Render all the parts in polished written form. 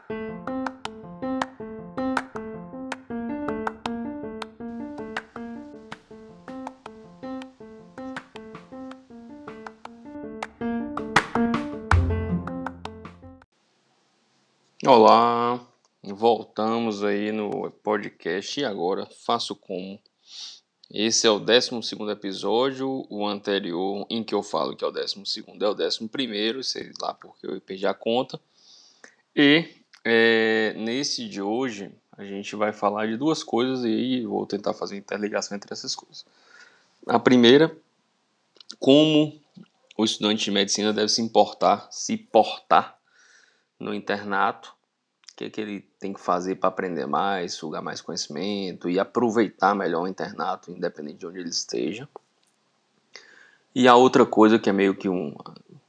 Olá, voltamos aí no podcast e agora faço como? Esse é o 12º episódio, o anterior em que eu falo que é o 12º é o 11º, sei lá porque eu perdi a conta. E nesse de hoje a gente vai falar de duas coisas e vou tentar fazer interligação entre essas coisas. A primeira, como o estudante de medicina deve se portar no internato. O que ele tem que fazer para aprender mais, sugar mais conhecimento e aproveitar melhor o internato, independente de onde ele esteja. E a outra coisa que é meio que um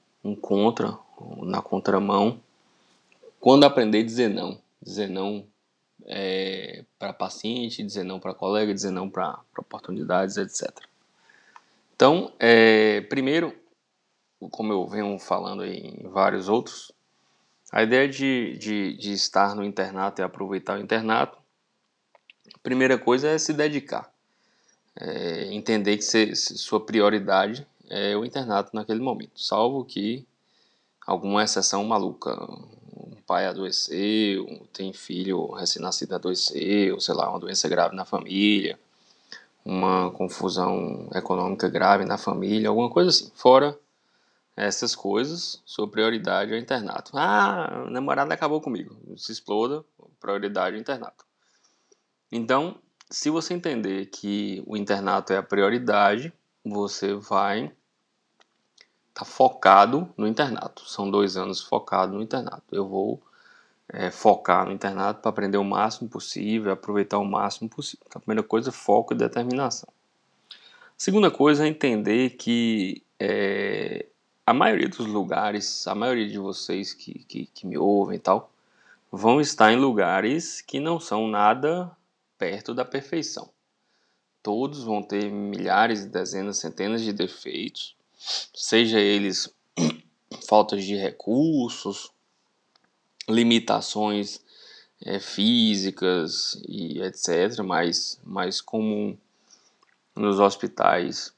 na contramão, quando aprender a dizer não. Dizer não para paciente, dizer não para colega, dizer não para oportunidades, etc. Então, primeiro, como eu venho falando em vários outros, a ideia de estar no internato e aproveitar o internato, a primeira coisa é se dedicar. Entender que sua prioridade é o internato naquele momento. Salvo que alguma exceção maluca. Um pai adoeceu, tem filho recém-nascido adoeceu, sei lá, uma doença grave na família, uma confusão econômica grave na família, alguma coisa assim. Fora essas coisas, sua prioridade é o internato. Ah, a namorada acabou comigo. Se exploda, prioridade é o internato. Então, se você entender que o internato é a prioridade, você vai estar focado no internato. São 2 anos focado no internato. Eu vou focar no internato para aprender o máximo possível, aproveitar o máximo possível. Então, a primeira coisa é foco e determinação. A segunda coisa é entender que a maioria dos lugares, a maioria de vocês que me ouvem e tal, vão estar em lugares que não são nada perto da perfeição. Todos vão ter milhares, dezenas, centenas de defeitos, seja eles faltas de recursos, limitações físicas e etc., mais comum nos hospitais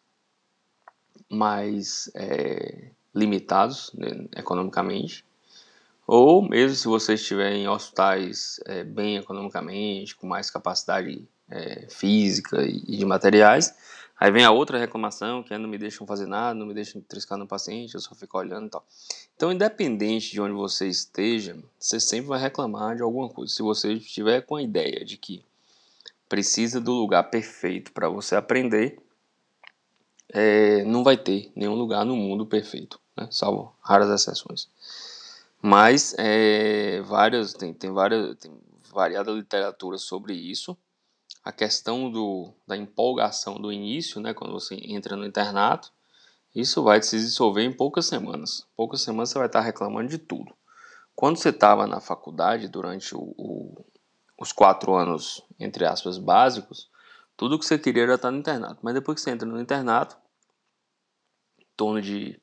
mais limitados, né, economicamente, ou mesmo se você estiver em hospitais bem economicamente, com mais capacidade física e de materiais, aí vem a outra reclamação, que não me deixam fazer nada, não me deixam triscar no paciente, eu só fico olhando e tal. Então, independente de onde você esteja, você sempre vai reclamar de alguma coisa. Se você estiver com a ideia de que precisa do lugar perfeito para você aprender, não vai ter nenhum lugar no mundo perfeito, né? Salvo raras exceções. Mas tem variada literatura sobre isso. A questão da empolgação do início, né, quando você entra no internato, isso vai se dissolver em poucas semanas. Poucas semanas você vai estar reclamando de tudo. Quando você estava na faculdade, durante os 4 anos, entre aspas, básicos, tudo que você queria era estar no internato. Mas depois que você entra no internato, em torno de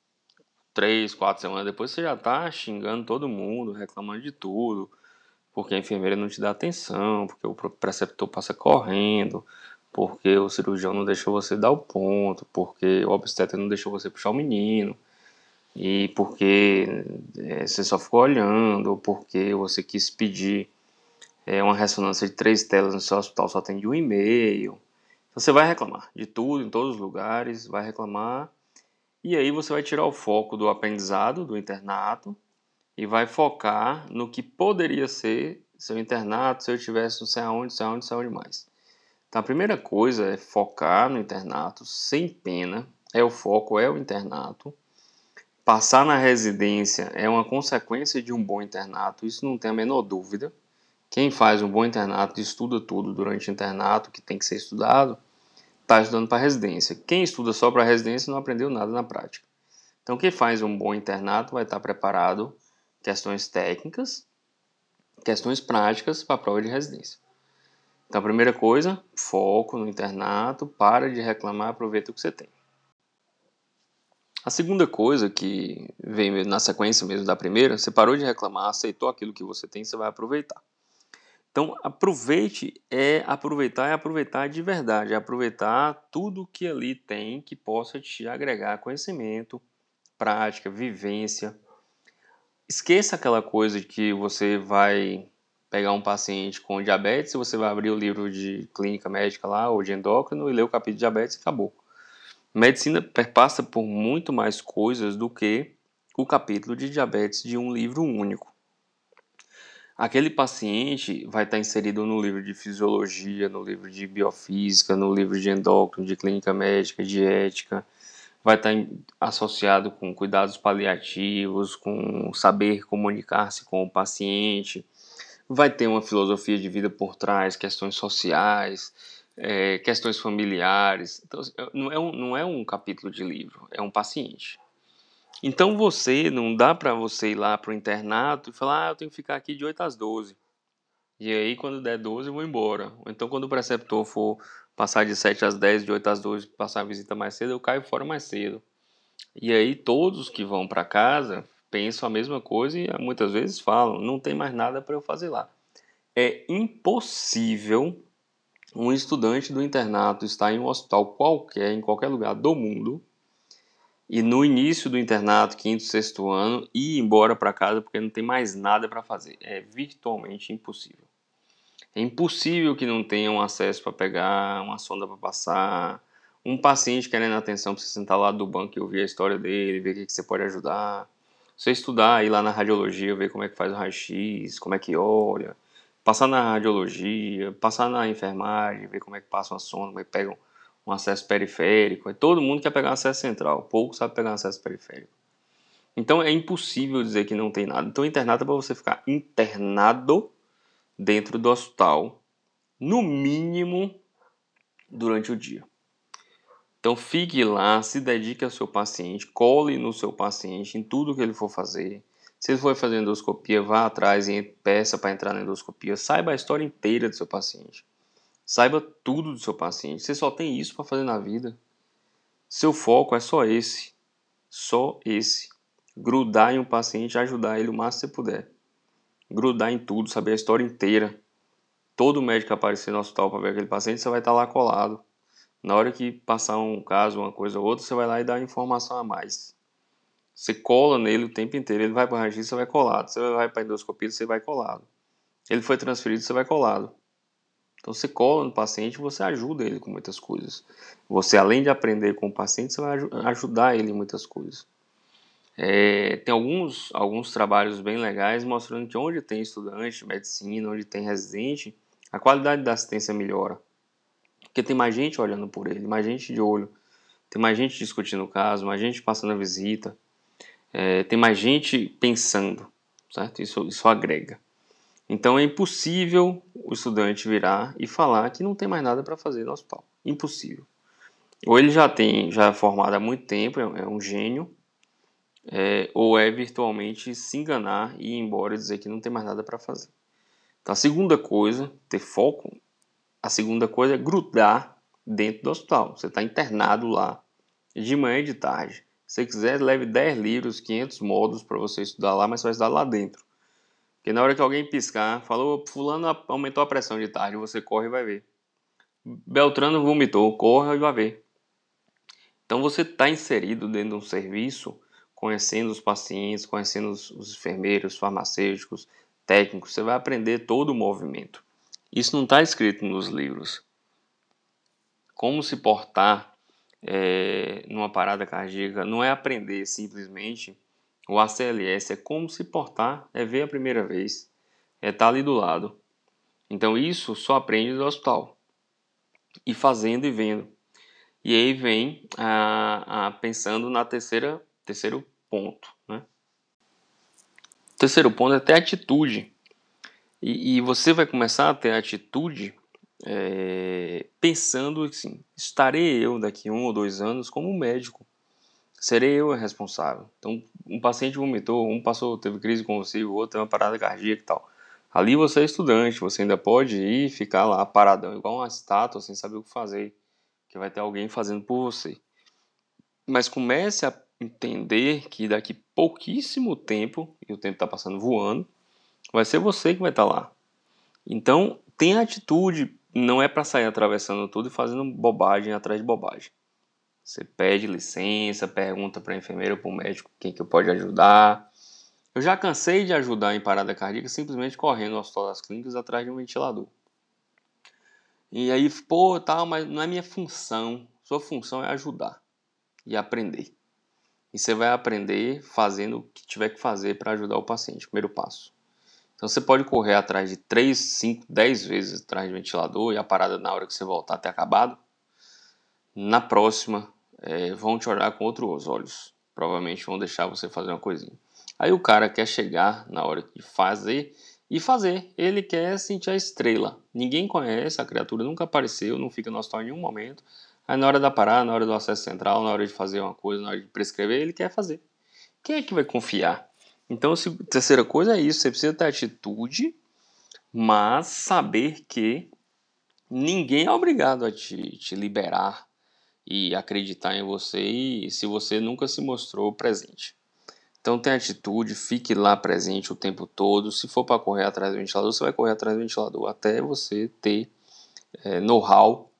3, 4 semanas depois, você já está xingando todo mundo, reclamando de tudo, porque a enfermeira não te dá atenção, porque o preceptor passa correndo, porque o cirurgião não deixou você dar o ponto, porque o obstetra não deixou você puxar o menino, e porque você só ficou olhando, ou porque você quis pedir uma ressonância de 3 telas no seu hospital, só tem de 1,5. Então você vai reclamar de tudo, em todos os lugares, vai reclamar, e aí você vai tirar o foco do aprendizado, do internato, e vai focar no que poderia ser seu internato se eu tivesse não sei aonde mais. Então a primeira coisa é focar no internato, sem pena, o foco é o internato. Passar na residência é uma consequência de um bom internato, isso não tem a menor dúvida. Quem faz um bom internato, estuda tudo durante o internato, que tem que ser estudado, está estudando para residência. Quem estuda só para residência não aprendeu nada na prática. Então quem faz um bom internato vai estar preparado, questões técnicas, questões práticas para a prova de residência. Então a primeira coisa, foco no internato, para de reclamar, aproveita o que você tem. A segunda coisa que vem na sequência mesmo da primeira, você parou de reclamar, aceitou aquilo que você tem, você vai aproveitar. Então, aproveitar de verdade, é aproveitar tudo que ali tem que possa te agregar conhecimento, prática, vivência. Esqueça aquela coisa de que você vai pegar um paciente com diabetes e você vai abrir o livro de clínica médica lá, ou de endócrino, e ler o capítulo de diabetes e acabou. Medicina perpassa por muito mais coisas do que o capítulo de diabetes de um livro único. Aquele paciente vai estar inserido no livro de fisiologia, no livro de biofísica, no livro de endócrino, de clínica médica, de ética, vai estar associado com cuidados paliativos, com saber comunicar-se com o paciente, vai ter uma filosofia de vida por trás, questões sociais, questões familiares. Então, não é um capítulo de livro, é um paciente. Então não dá para você ir lá para o internato e falar, eu tenho que ficar aqui de 8 às 12. E aí quando der 12 eu vou embora. Ou então quando o preceptor for passar de 7 às 10, de 8 às 12, passar a visita mais cedo, eu caio fora mais cedo. E aí todos que vão para casa pensam a mesma coisa e muitas vezes falam, não tem mais nada para eu fazer lá. É impossível um estudante do internato estar em um hospital qualquer, em qualquer lugar do mundo, e no início do internato, quinto, sexto ano, ir embora para casa porque não tem mais nada para fazer. É virtualmente impossível. É impossível que não tenha um acesso para pegar, uma sonda para passar, um paciente querendo atenção para você sentar lá do banco e ouvir a história dele, ver o que você pode ajudar. Você estudar, ir lá na radiologia, ver como é que faz o raio-x, como é que olha, passar na radiologia, passar na enfermagem, ver como é que passa uma sonda, como é que pega um acesso periférico. Todo mundo quer pegar um acesso central, pouco sabe pegar um acesso periférico. Então é impossível dizer que não tem nada. Então internato é para você ficar internado dentro do hospital, no mínimo durante o dia. Então fique lá, se dedique ao seu paciente, cole no seu paciente em tudo que ele for fazer. Se ele for fazer endoscopia, vá atrás e peça para entrar na endoscopia. Saiba a história inteira do seu paciente. Saiba tudo do seu paciente. Você só tem isso para fazer na vida. Seu foco é só esse. Só esse. Grudar em um paciente e ajudar ele o máximo que você puder. Grudar em tudo, saber a história inteira. Todo médico que aparecer no hospital para ver aquele paciente, você vai estar lá colado. Na hora que passar um caso, uma coisa ou outra, você vai lá e dá informação a mais. Você cola nele o tempo inteiro. Ele vai para o raio-x, você vai colado. Você vai para a endoscopia, você vai colado. Ele foi transferido, você vai colado. Então você cola no paciente e você ajuda ele com muitas coisas. Você, além de aprender com o paciente, você vai ajudar ele em muitas coisas. Tem alguns trabalhos bem legais mostrando que onde tem estudante de medicina, onde tem residente, a qualidade da assistência melhora. Porque tem mais gente olhando por ele, mais gente de olho, tem mais gente discutindo o caso, mais gente passando a visita, tem mais gente pensando, certo? Isso agrega. Então é impossível o estudante virar e falar que não tem mais nada para fazer no hospital. Impossível. Ou ele já é formado há muito tempo, é um gênio, ou é virtualmente se enganar e ir embora e dizer que não tem mais nada para fazer. Então a segunda coisa, ter foco, a segunda coisa é grudar dentro do hospital. Você está internado lá, de manhã e de tarde. Se você quiser, leve 10 livros, 500 módulos para você estudar lá, mas você vai estudar lá dentro. Porque na hora que alguém piscar, falou, fulano aumentou a pressão de tarde, você corre e vai ver. Beltrano vomitou, corre e vai ver. Então você está inserido dentro de um serviço, conhecendo os pacientes, conhecendo os enfermeiros, farmacêuticos, técnicos, você vai aprender todo o movimento. Isso não está escrito nos livros. Como se portar numa parada cardíaca não é aprender simplesmente o ACLS, é como se portar, é ver a primeira vez, é estar ali do lado. Então isso só aprende no hospital, e fazendo e vendo. E aí vem pensando na terceiro ponto, né? O terceiro ponto é ter atitude. E você vai começar a ter atitude pensando assim, estarei eu daqui 1 ou 2 anos como médico? Serei eu o responsável? Então, um paciente vomitou, teve crise convulsiva, o outro teve uma parada cardíaca e tal. Ali você é estudante, você ainda pode ir e ficar lá paradão, igual uma estátua, sem saber o que fazer, que vai ter alguém fazendo por você. Mas comece a entender que daqui pouquíssimo tempo, e o tempo está passando voando, vai ser você que vai estar lá. Então, tenha atitude, não é para sair atravessando tudo e fazendo bobagem atrás de bobagem. Você pede licença, pergunta para a enfermeira ou para o médico quem que pode ajudar. Eu já cansei de ajudar em parada cardíaca simplesmente correndo ao hospital das clínicas atrás de um ventilador. E aí, pô, tal, mas não é minha função. Sua função é ajudar e aprender. E você vai aprender fazendo o que tiver que fazer para ajudar o paciente, primeiro passo. Então você pode correr atrás de 3, 5, 10 vezes atrás do ventilador e a parada na hora que você voltar ter acabado. Na próxima, vão te olhar com outros olhos. Provavelmente vão deixar você fazer uma coisinha. Aí o cara quer chegar na hora de fazer e fazer. Ele quer sentir a estrela. Ninguém conhece, a criatura nunca apareceu, não fica no hospital em nenhum momento. Aí na hora da parada, na hora do acesso central, na hora de fazer uma coisa, na hora de prescrever, ele quer fazer. Quem é que vai confiar? Então, a terceira coisa é isso. Você precisa ter atitude, mas saber que ninguém é obrigado a te liberar e acreditar em você e se você nunca se mostrou presente. Então tenha atitude, fique lá presente o tempo todo. Se for para correr atrás do ventilador, você vai correr atrás do ventilador até você ter know-how,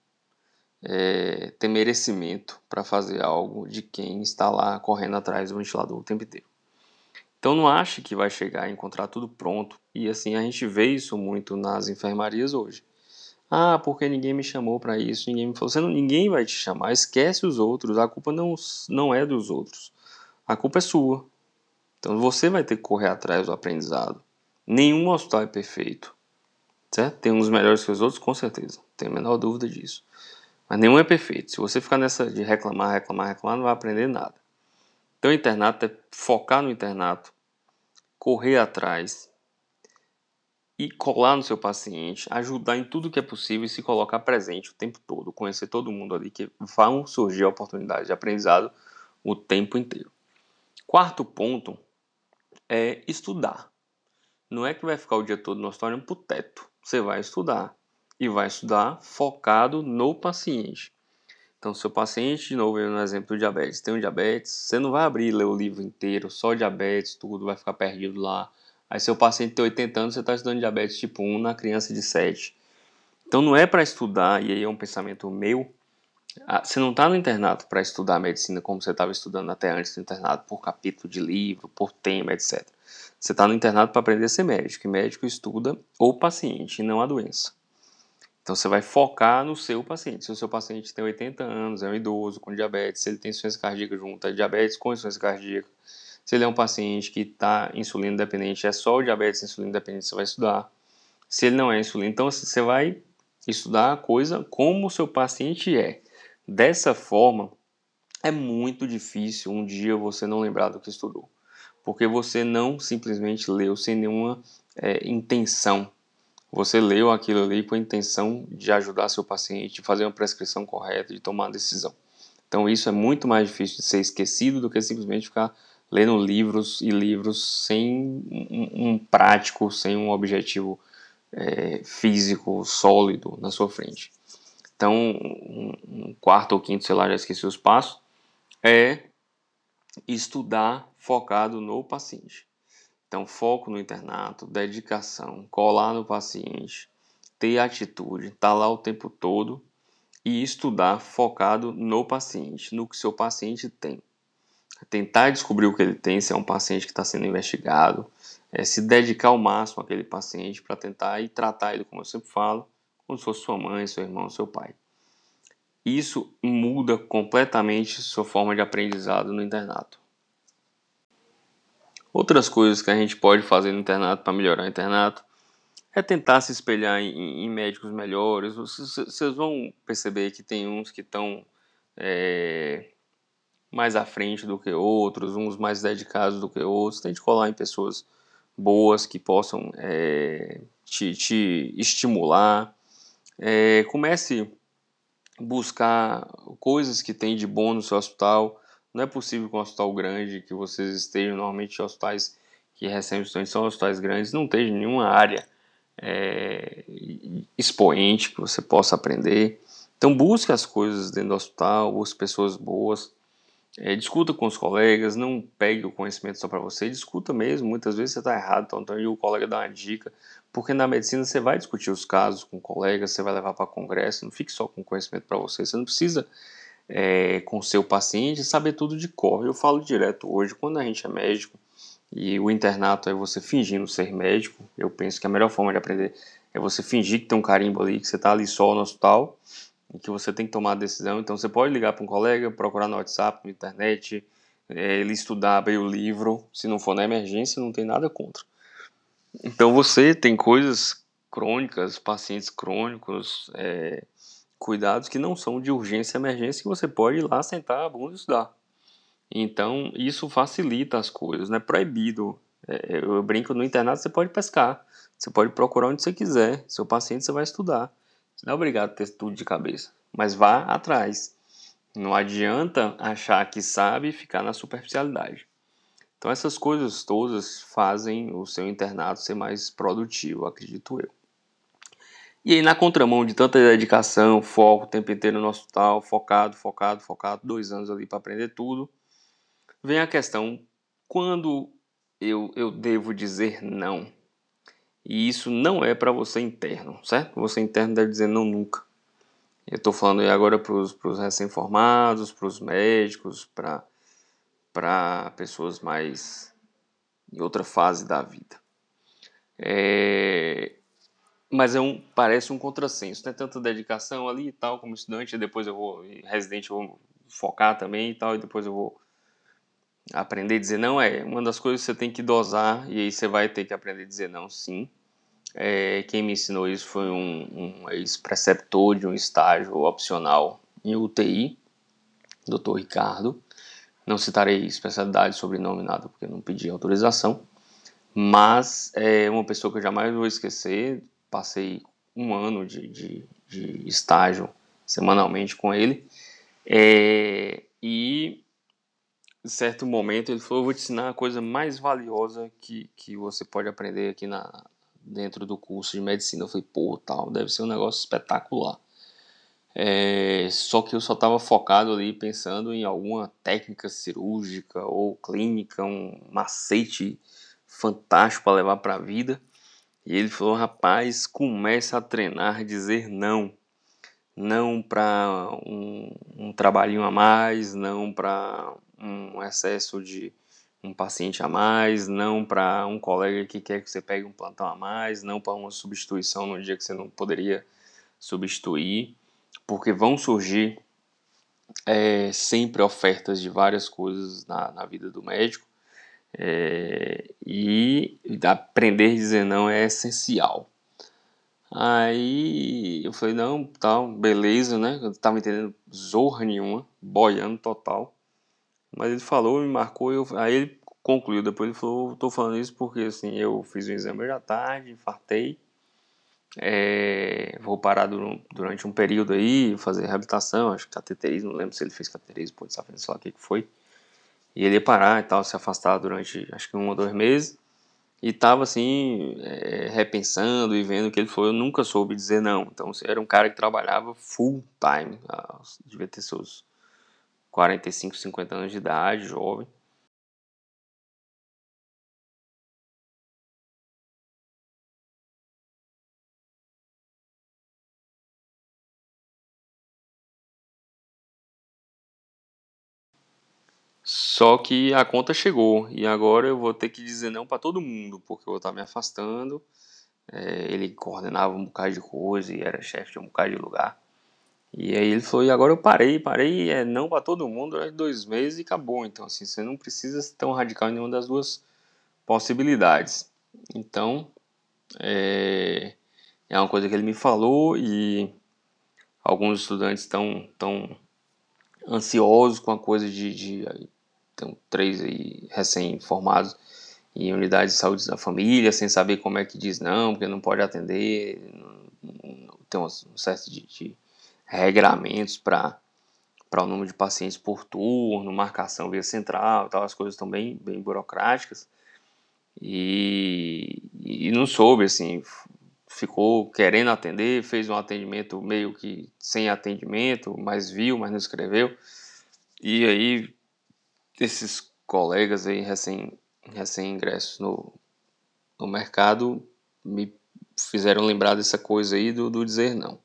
ter merecimento para fazer algo de quem está lá correndo atrás do ventilador o tempo inteiro. Então não ache que vai chegar e encontrar tudo pronto. E assim, a gente vê isso muito nas enfermarias hoje. Ah, porque ninguém me chamou para isso, ninguém me falou. Ninguém vai te chamar, esquece os outros. A culpa não é dos outros. A culpa é sua. Então você vai ter que correr atrás do aprendizado. Nenhum hospital é perfeito. Certo? Tem uns melhores que os outros, com certeza. Não tenho a menor dúvida disso. Mas nenhum é perfeito. Se você ficar nessa de reclamar, não vai aprender nada. Então o internato é focar no internato, correr atrás e colar no seu paciente, ajudar em tudo que é possível e se colocar presente o tempo todo, conhecer todo mundo ali, que vão surgir oportunidades de aprendizado o tempo inteiro. Quarto ponto é estudar. Não é que vai ficar o dia todo no hospital olhando pro teto. Você vai estudar. E vai estudar focado no paciente. Então, se o paciente, de novo, no exemplo do diabetes, tem um diabetes, você não vai abrir e ler o livro inteiro, só diabetes, tudo, vai ficar perdido lá. Aí, seu paciente tem 80 anos, você está estudando diabetes tipo 1 na criança de 7. Então, não é para estudar, e aí é um pensamento meu, você não está no internato para estudar medicina como você estava estudando até antes do internato, por capítulo de livro, por tema, etc. Você está no internato para aprender a ser médico, e médico estuda o paciente, e não a doença. Então você vai focar no seu paciente. Se o seu paciente tem 80 anos, é um idoso com diabetes, se ele tem insuficiência cardíaca junto, é diabetes com insuficiência cardíaca. Se ele é um paciente que está insulino dependente, é só o diabetes insulino dependente, você vai estudar. Se ele não é insulino, então você vai estudar a coisa como o seu paciente é. Dessa forma, é muito difícil um dia você não lembrar do que estudou. Porque você não simplesmente leu sem nenhuma intenção. Você leu aquilo ali com a intenção de ajudar seu paciente, de fazer uma prescrição correta, de tomar uma decisão. Então isso é muito mais difícil de ser esquecido do que simplesmente ficar lendo livros e livros sem um prático, sem um objetivo físico sólido na sua frente. Então, um quarto ou quinto, sei lá, já esqueci os passos, é estudar focado no paciente. Então, foco no internato, dedicação, colar no paciente, ter atitude, estar lá o tempo todo e estudar focado no paciente, no que seu paciente tem. Tentar descobrir o que ele tem, se é um paciente que está sendo investigado, se dedicar ao máximo àquele paciente para tentar e tratar ele, como eu sempre falo, como se fosse sua mãe, seu irmão, seu pai. Isso muda completamente sua forma de aprendizado no internato. Outras coisas que a gente pode fazer no internato para melhorar o internato é tentar se espelhar em médicos melhores. Vocês vão perceber que tem uns que estão mais à frente do que outros, uns mais dedicados do que outros. Tente colar em pessoas boas que possam te estimular. Comece a buscar coisas que tem de bom no seu hospital. Não é possível que um hospital grande, que vocês estejam, normalmente hospitais que recebem estudantes são hospitais grandes, não esteja nenhuma área expoente que você possa aprender. Então busque as coisas dentro do hospital, busque pessoas boas. Discuta com os colegas, não pegue o conhecimento só para você, discuta mesmo. Muitas vezes você está errado, então aí o colega dá uma dica, porque na medicina você vai discutir os casos com colegas, você vai levar para congresso, não fique só com conhecimento para você. Você não precisa, com o seu paciente, saber tudo de cor. Eu falo direto hoje, quando a gente é médico e o internato é você fingindo ser médico, eu penso que a melhor forma de aprender é você fingir que tem um carimbo ali, que você está ali só no hospital, em que você tem que tomar a decisão. Então você pode ligar para um colega, procurar no WhatsApp, na internet, ele estudar, abrir o livro. Se não for na emergência, não tem nada contra. Então você tem coisas crônicas, pacientes crônicos, cuidados que não são de urgência e emergência, que você pode ir lá sentar a bunda e estudar. Então isso facilita as coisas, não é proibido. Eu brinco, no internato você pode pescar, você pode procurar onde você quiser, seu paciente você vai estudar. Você não é obrigado a ter tudo de cabeça, mas vá atrás. Não adianta achar que sabe e ficar na superficialidade. Então essas coisas todas fazem o seu internato ser mais produtivo, acredito eu. E aí na contramão de tanta dedicação, foco, o tempo inteiro no hospital, focado, 2 anos ali para aprender tudo, vem a questão, quando eu devo dizer não? E isso não é para você interno, certo? Você interno deve dizer não nunca. Eu estou falando aí agora para os recém-formados, para os médicos, para pessoas mais em outra fase da vida. Mas parece um contrassenso. Tem tanta dedicação ali e tal, como estudante, e depois eu vou, residente, eu vou focar também e tal, e depois eu vou aprender a dizer não. Uma das coisas que você tem que dosar, e aí você vai ter que aprender a dizer não, sim. Quem me ensinou isso foi um ex-preceptor de um estágio opcional em UTI, Dr. Ricardo. Não citarei especialidade, sobrenome, nada, porque eu não pedi autorização. Mas é uma pessoa que eu jamais vou esquecer. Passei um ano de estágio semanalmente com ele. E em certo momento ele falou: eu vou te ensinar a coisa mais valiosa que você pode aprender aqui dentro do curso de medicina. Eu falei: pô, tal, deve ser um negócio espetacular. Só que eu só estava focado ali pensando em alguma técnica cirúrgica ou clínica, um macete fantástico para levar para a vida. E ele falou: rapaz, começa a treinar, dizer não. Não para um trabalhinho a mais, não para um excesso de um paciente a mais, não para um colega que quer que você pegue um plantão a mais, não para uma substituição no dia que você não poderia substituir, porque vão surgir sempre ofertas de várias coisas na vida do médico, e aprender a dizer não é essencial. Aí eu falei: não, tal, beleza, né? Eu tava entendendo zorra nenhuma, boiando total. Mas ele falou, me marcou, aí ele concluiu. Depois ele falou: tô falando isso porque assim, eu fiz o exame hoje à tarde, infartei. Vou parar durante um período aí, fazer reabilitação, acho que cateterismo, não lembro se ele fez cateterismo, pode saber, sei lá o que foi. E ele ia parar e tal, se afastar durante acho que 1 ou 2 meses. E tava assim, repensando e vendo que ele foi. Eu nunca soube dizer não. Então era um cara que trabalhava full time, devia ter seus 45, 50 anos de idade, jovem. Só que a conta chegou e agora eu vou ter que dizer não para todo mundo, porque eu vou estar me afastando. Ele coordenava um bocado de coisa e era chefe de um bocado de lugar. E aí ele falou: e agora eu parei, não para todo mundo durante 2 meses e acabou. Então assim, você não precisa ser tão radical em nenhuma das duas possibilidades. Então, é uma coisa que ele me falou, e alguns estudantes estão tão ansiosos com a coisa tem 3 aí recém-formados em unidades de saúde da família, sem saber como é que diz não, porque não pode atender, tem um certo de regramentos para o número de pacientes por turno, marcação via central, tal, as coisas estão bem burocráticas. E não soube, assim, ficou querendo atender, fez um atendimento meio que sem atendimento, mas viu, mas não escreveu. E aí esses colegas aí recém-ingressos no mercado me fizeram lembrar dessa coisa aí do dizer não.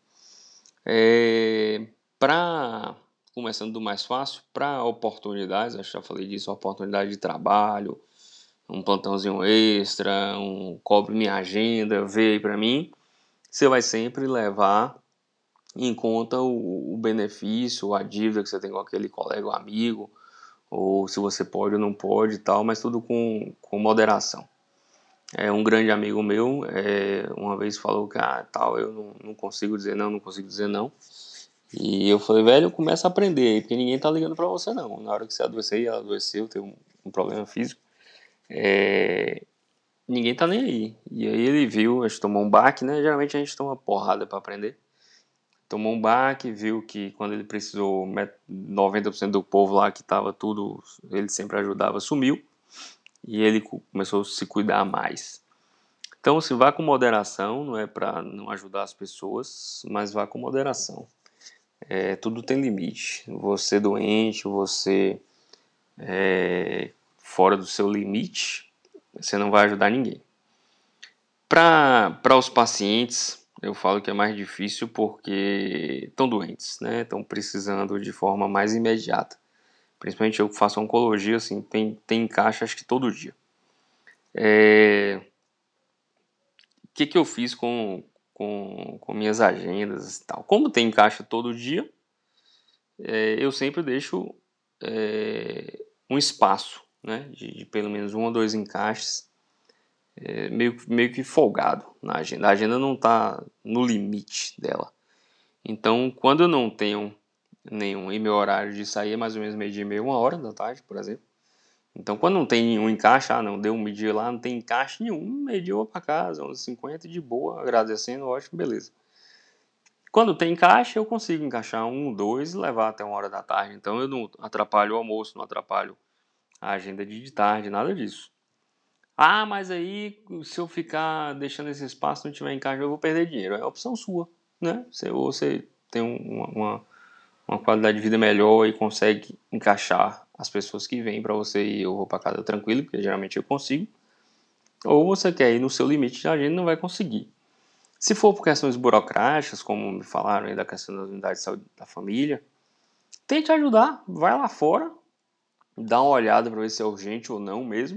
Começando do mais fácil, para oportunidades, acho que já falei disso, oportunidade de trabalho, um plantãozinho extra, cobre minha agenda, vê aí para mim, você vai sempre levar em conta o benefício, a dívida que você tem com aquele colega ou amigo, ou se você pode ou não pode e tal, mas tudo com moderação. Um grande amigo meu uma vez falou que tal, eu não consigo dizer não, não consigo dizer não. E eu falei, velho, começa a aprender aí, porque ninguém tá ligando pra você não. Na hora que você adoecer, e ela adoeceu, teve um problema físico, ninguém tá nem aí. E aí ele viu, a gente tomou um baque, né? Geralmente a gente toma porrada pra aprender. Tomou um baque, viu que quando ele precisou, 90% do povo lá que tava tudo, ele sempre ajudava, sumiu. E ele começou a se cuidar mais. Então, se vá com moderação, não é pra não ajudar as pessoas, mas vá com moderação. Tudo tem limite. Você doente, você fora do seu limite, você não vai ajudar ninguém. Para os pacientes, eu falo que é mais difícil porque estão doentes, né? Estão precisando de forma mais imediata. Principalmente eu que faço oncologia, assim, tem encaixe acho que todo dia. O que eu fiz com minhas agendas e tal? Como tem encaixe todo dia, eu sempre deixo um espaço, né, de pelo menos 1 ou 2 encaixes, meio que folgado na agenda. A agenda não está no limite dela. Então, quando eu não tenho nenhum, e meu horário de sair é mais ou menos meio-dia e meia, 1 hora da tarde, por exemplo. Então, quando não tem nenhum encaixe, não, deu um meio-dia lá, não tem encaixe nenhum, meio-dia eu vou pra casa, 11h50, de boa, agradecendo, ótimo, beleza. Quando tem encaixe, eu consigo encaixar 1, 2 e levar até 1 hora da tarde. Então, eu não atrapalho o almoço, não atrapalho a agenda de tarde, nada disso. Mas aí, se eu ficar deixando esse espaço, não tiver encaixe, eu vou perder dinheiro. É opção sua, né? Ou você tem uma qualidade de vida melhor e consegue encaixar as pessoas que vêm para você e eu vou para casa tranquilo, porque geralmente eu consigo. Ou você quer ir no seu limite de agenda e não vai conseguir. Se for por questões burocráticas, como me falaram aí da questão das unidades de saúde da família, tente ajudar, vai lá fora, dá uma olhada para ver se é urgente ou não mesmo.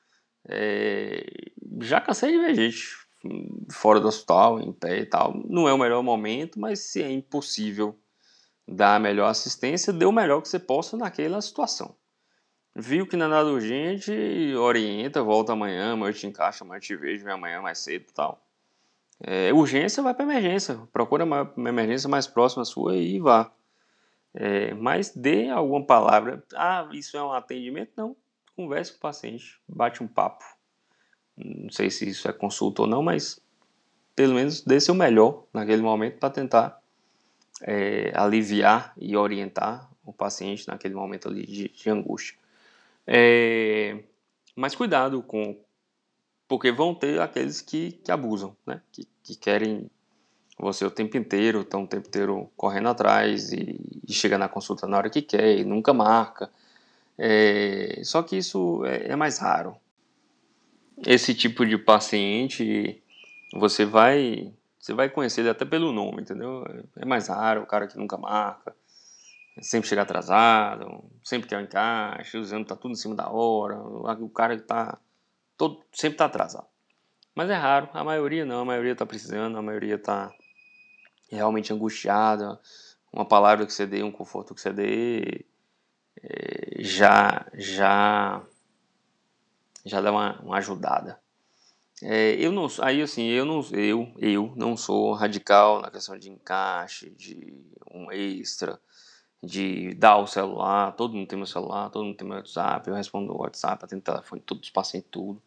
Já cansei de ver gente fora do hospital, em pé e tal. Não é o melhor momento, mas se é impossível dar a melhor assistência, dê o melhor que você possa naquela situação. Viu que não é nada urgente, orienta, volta amanhã eu te encaixo, amanhã eu te vejo, vem amanhã mais cedo e tal. Urgência, vai para emergência. Procura uma emergência mais próxima sua e vá. Mas dê alguma palavra. Isso é um atendimento? Não. Converse com o paciente, bate um papo. Não sei se isso é consulta ou não, mas pelo menos dê seu melhor naquele momento para tentar aliviar e orientar o paciente naquele momento ali de angústia. Mas cuidado porque vão ter aqueles que abusam, né? Que querem você o tempo inteiro, estão o tempo inteiro correndo atrás e chega na consulta na hora que quer e nunca marca. Só que isso é mais raro. Esse tipo de paciente, você vai conhecer ele até pelo nome, entendeu? É mais raro, o cara que nunca marca, sempre chega atrasado, sempre quer um encaixe, o exame tá tudo em cima da hora, o cara que sempre tá atrasado. Mas é raro, a maioria não, a maioria tá precisando, a maioria tá realmente angustiada, uma palavra que você dê, um conforto que você dê, já dá uma ajudada. Eu não sou radical na questão de encaixe, de um extra, de dar o celular. Todo mundo tem meu celular, todo mundo tem meu WhatsApp, eu respondo o WhatsApp, atendo o telefone, todos os pacientes, tudo.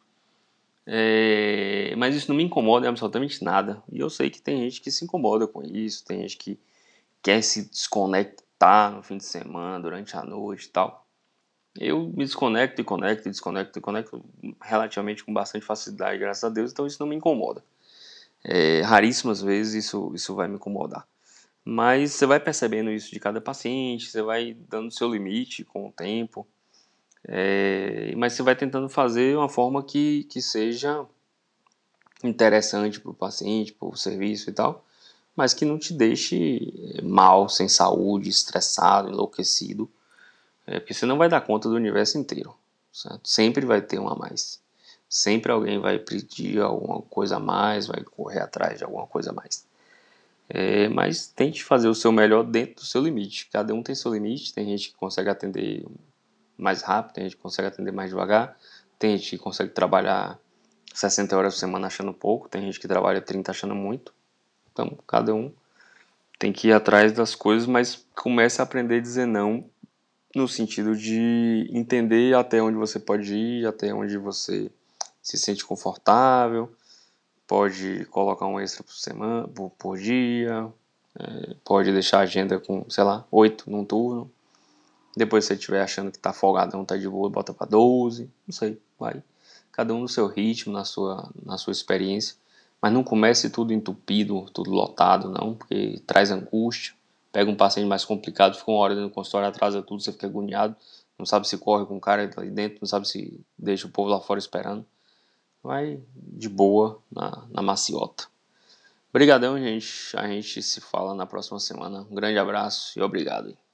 Mas isso não me incomoda em absolutamente nada. E eu sei que tem gente que se incomoda com isso, tem gente que quer se desconectar no fim de semana, durante a noite e tal. Eu me desconecto e desconecto relativamente com bastante facilidade, graças a Deus, então isso não me incomoda. Raríssimas vezes isso vai me incomodar. Mas você vai percebendo isso de cada paciente, você vai dando seu limite com o tempo. Mas você vai tentando fazer uma forma que seja interessante para o paciente, para o serviço e tal, mas que não te deixe mal, sem saúde, estressado, enlouquecido, porque você não vai dar conta do universo inteiro, certo? Sempre vai ter um a mais. Sempre alguém vai pedir alguma coisa a mais, vai correr atrás de alguma coisa a mais. Mas tente fazer o seu melhor dentro do seu limite. Cada um tem seu limite. Tem gente que consegue atender mais rápido, tem gente que consegue atender mais devagar, tem gente que consegue trabalhar 60 horas por semana achando pouco, tem gente que trabalha 30 achando muito. Então, cada um tem que ir atrás das coisas, mas comece a aprender a dizer não, no sentido de entender até onde você pode ir, até onde você se sente confortável, pode colocar um extra por semana, por dia, pode deixar a agenda com, sei lá, 8 num turno. Depois, se você estiver achando que tá folgadão, tá de boa, bota pra 12, não sei, vai. Cada um no seu ritmo, na sua experiência. Mas não comece tudo entupido, tudo lotado, não, porque traz angústia. Pega um paciente mais complicado, fica uma hora dentro do consultório, atrasa tudo, você fica agoniado. Não sabe se corre com o cara ali dentro, não sabe se deixa o povo lá fora esperando. Vai de boa, na maciota. Obrigadão, gente. A gente se fala na próxima semana. Um grande abraço e obrigado.